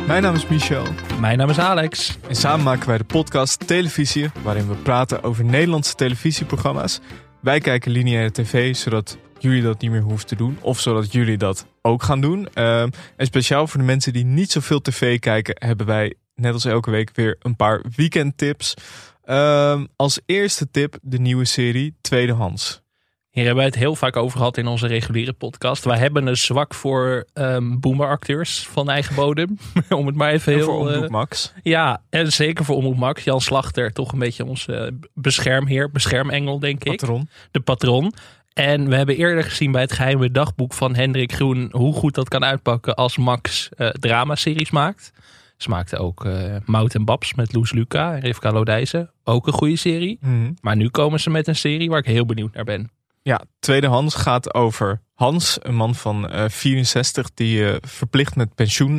Mijn naam is Michel. Mijn naam is Alex. En samen maken wij de podcast Televisie, waarin we praten over Nederlandse televisieprogramma's. Wij kijken lineaire tv, zodat jullie dat niet meer hoeven te doen. Of zodat jullie dat ook gaan doen. En speciaal voor de mensen die niet zoveel tv kijken, hebben wij net als elke week weer een paar weekendtips. Als eerste tip de nieuwe serie Tweedehands. Hier hebben wij het heel vaak over gehad in onze reguliere podcast. Wij hebben een zwak voor boomeracteurs van eigen bodem. Om het maar even heel... voor Omroep Max. Ja, en zeker voor Omroep Max. Jan Slachter, toch een beetje onze beschermheer, beschermengel, denk ik. Patron. De patron. En we hebben eerder gezien bij het geheime dagboek van Hendrik Groen hoe goed dat kan uitpakken als Max dramaseries maakt. Ze maakte ook Mout en Babs met Loes Luca en Rivka Lodijzen. Ook een goede serie. Mm-hmm. Maar nu komen ze met een serie waar ik heel benieuwd naar ben. Ja, Tweedehands gaat over Hans, een man van 64 die verplicht met pensioen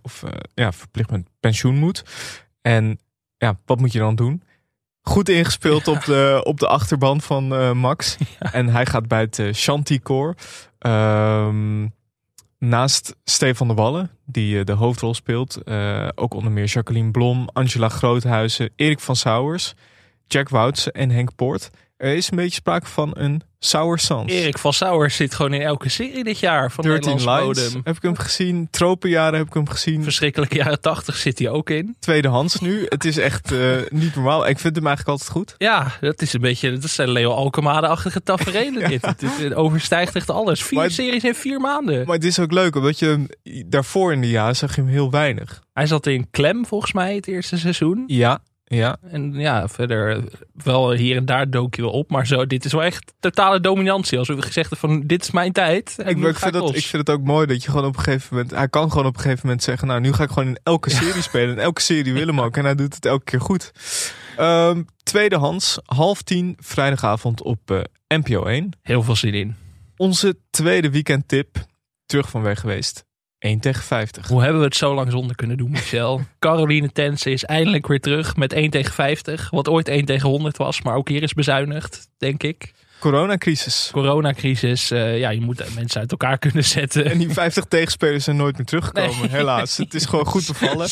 moet. En ja, wat moet je dan doen? Goed ingespeeld op de achterban van Max. Ja. En hij gaat bij het Chanticoor. Naast Stefan de Wallen, die de hoofdrol speelt. Ook onder meer Jacqueline Blom, Angela Groothuizen, Erik van Sauwers, Jack Woutsen en Henk Poort. Er is een beetje sprake van een sour sans. Erik van Sauwers zit gewoon in elke serie dit jaar van 13 Nederlands bodem. Heb ik hem gezien. Tropenjaren heb ik hem gezien. Verschrikkelijke jaren 80 zit hij ook in. Tweedehands nu. Het is echt niet normaal. Ik vind hem eigenlijk altijd goed. Ja, dat zijn Leo Alkemade-achtige taferelen. Ja. Het overstijgt echt alles. 4 series in 4 maanden. Maar het is ook leuk, omdat je daarvoor in de jaren zag je hem heel weinig. Hij zat in Klem volgens mij het eerste seizoen. Ja. En ja, verder wel hier en daar dook je wel op. Maar zo, dit is wel echt totale dominantie. Als we gezegd hebben van dit is mijn tijd. Ik vind het ook mooi dat je gewoon op een gegeven moment... Hij kan gewoon op een gegeven moment zeggen... Nou, nu ga ik gewoon in elke serie spelen. En elke serie wil hem ook. En hij doet het elke keer goed. Tweedehands, 9:30 vrijdagavond op NPO 1. Heel veel zin in. Onze tweede weekendtip. Terug van weg geweest. 1 tegen 50. Hoe hebben we het zo lang zonder kunnen doen, Michel? Caroline Tense is eindelijk weer terug met 1 tegen 50. Wat ooit 1 tegen 100 was, maar ook hier is bezuinigd, denk ik. Coronacrisis. Je moet mensen uit elkaar kunnen zetten. En die 50 tegenspelers zijn nooit meer teruggekomen, helaas. Het is gewoon goed bevallen.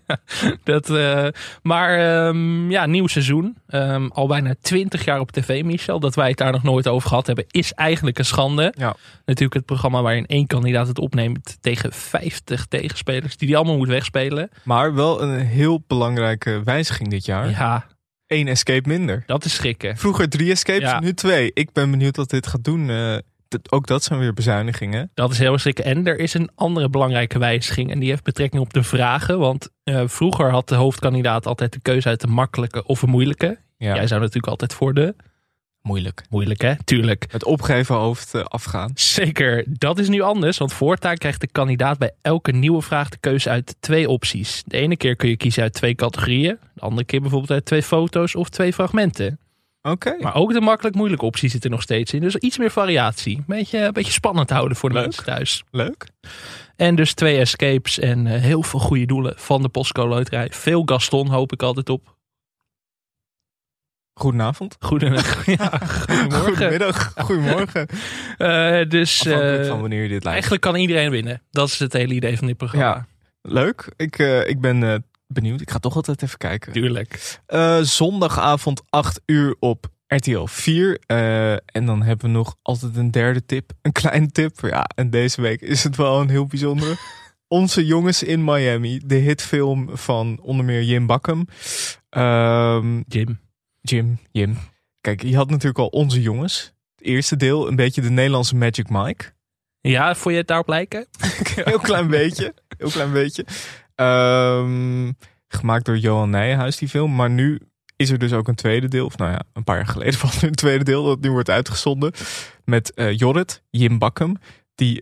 Nieuw seizoen. Al bijna 20 jaar op tv, Michel. Dat wij het daar nog nooit over gehad hebben, is eigenlijk een schande. Ja. Natuurlijk het programma waarin 1 kandidaat het opneemt tegen 50 tegenspelers. Die allemaal moet wegspelen. Maar wel een heel belangrijke wijziging dit jaar. Ja. 1 escape minder. Dat is schrikken. Vroeger 3 escapes, nu 2. Ik ben benieuwd wat dit gaat doen. Ook dat zijn weer bezuinigingen. Dat is heel schrikken. En er is een andere belangrijke wijziging. En die heeft betrekking op de vragen. Want vroeger had de hoofdkandidaat altijd de keuze uit de makkelijke of een moeilijke. Ja. Jij zou natuurlijk altijd voor de... Moeilijk hè? Tuurlijk. Het opgeven hoofd afgaan. Zeker. Dat is nu anders. Want voortaan krijgt de kandidaat bij elke nieuwe vraag de keuze uit 2 opties. De ene keer kun je kiezen uit 2 categorieën. De andere keer bijvoorbeeld uit 2 foto's of 2 fragmenten. Oké. Maar ook de makkelijk-moeilijke optie zit er nog steeds in. Dus iets meer variatie. Een beetje spannend houden voor de mensen thuis. Leuk. En dus 2 escapes en heel veel goede doelen van de Postcode Loterij. Veel Gaston hoop ik altijd op. Goedenavond. Goedemorgen. Goedemiddag. Goedemorgen. Afhankelijk van wanneer je dit luistert. Eigenlijk kan iedereen winnen. Dat is het hele idee van dit programma. Ja, leuk. Ik ben benieuwd. Ik ga toch altijd even kijken. Tuurlijk. Zondagavond 8:00 op RTL 4. En dan hebben we nog altijd een derde tip. Een kleine tip. Ja, en deze week is het wel een heel bijzondere. Onze jongens in Miami. De hitfilm van onder meer Jim Bakkum. Jim. Kijk, je had natuurlijk al Onze Jongens. Het eerste deel, een beetje de Nederlandse Magic Mike. Ja, vond je het daarop lijken? Heel klein beetje. Gemaakt door Johan Nijenhuis, die film. Maar nu is er dus ook een tweede deel. Of een paar jaar geleden was er een tweede deel dat nu wordt uitgezonden. Met Jorrit, Jim Bakkum. Die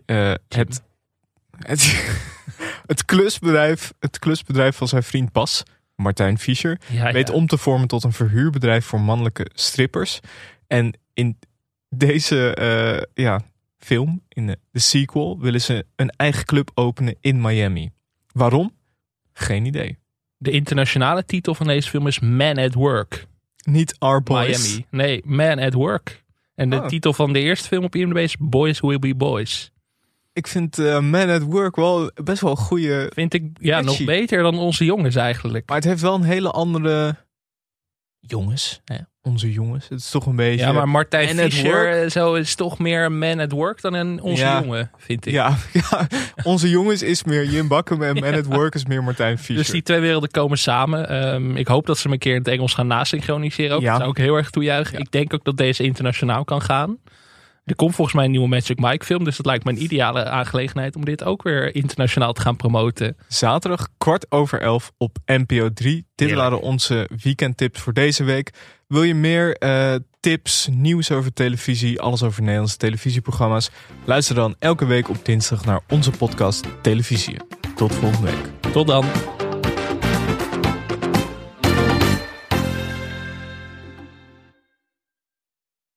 het klusbedrijf van zijn vriend Bas, Martijn Fischer, weet om te vormen tot een verhuurbedrijf voor mannelijke strippers. En in deze film, in de sequel, willen ze een eigen club openen in Miami. Waarom? Geen idee. De internationale titel van deze film is Man at Work. Niet Our Boys. Miami. Nee, Man at Work. En de titel van de eerste film op IMDb is Boys Will Be Boys. Ik vind Man at Work wel best wel een goede... Vind ik nog beter dan Onze Jongens eigenlijk. Maar het heeft wel een hele andere... Jongens. Ja. Onze Jongens. Het is toch een beetje... Ja, maar Martijn Fischer zo is toch meer Man at Work dan een Onze Jongen, vind ik. Ja, Onze Jongens is meer Jim Bakkum en Man at Work is meer Martijn Fischer. Dus die twee werelden komen samen. Ik hoop dat ze hem een keer in het Engels gaan nasynchroniseren. Dat zou ik heel erg toejuichen. Ja. Ik denk ook dat deze internationaal kan gaan. Er komt volgens mij een nieuwe Magic Mike film. Dus dat lijkt me een ideale aangelegenheid om dit ook weer internationaal te gaan promoten. Zaterdag 11:15 op NPO 3. Dit waren onze weekendtips voor deze week. Wil je meer tips, nieuws over televisie, alles over Nederlandse televisieprogramma's? Luister dan elke week op dinsdag naar onze podcast Televisie. Tot volgende week. Tot dan.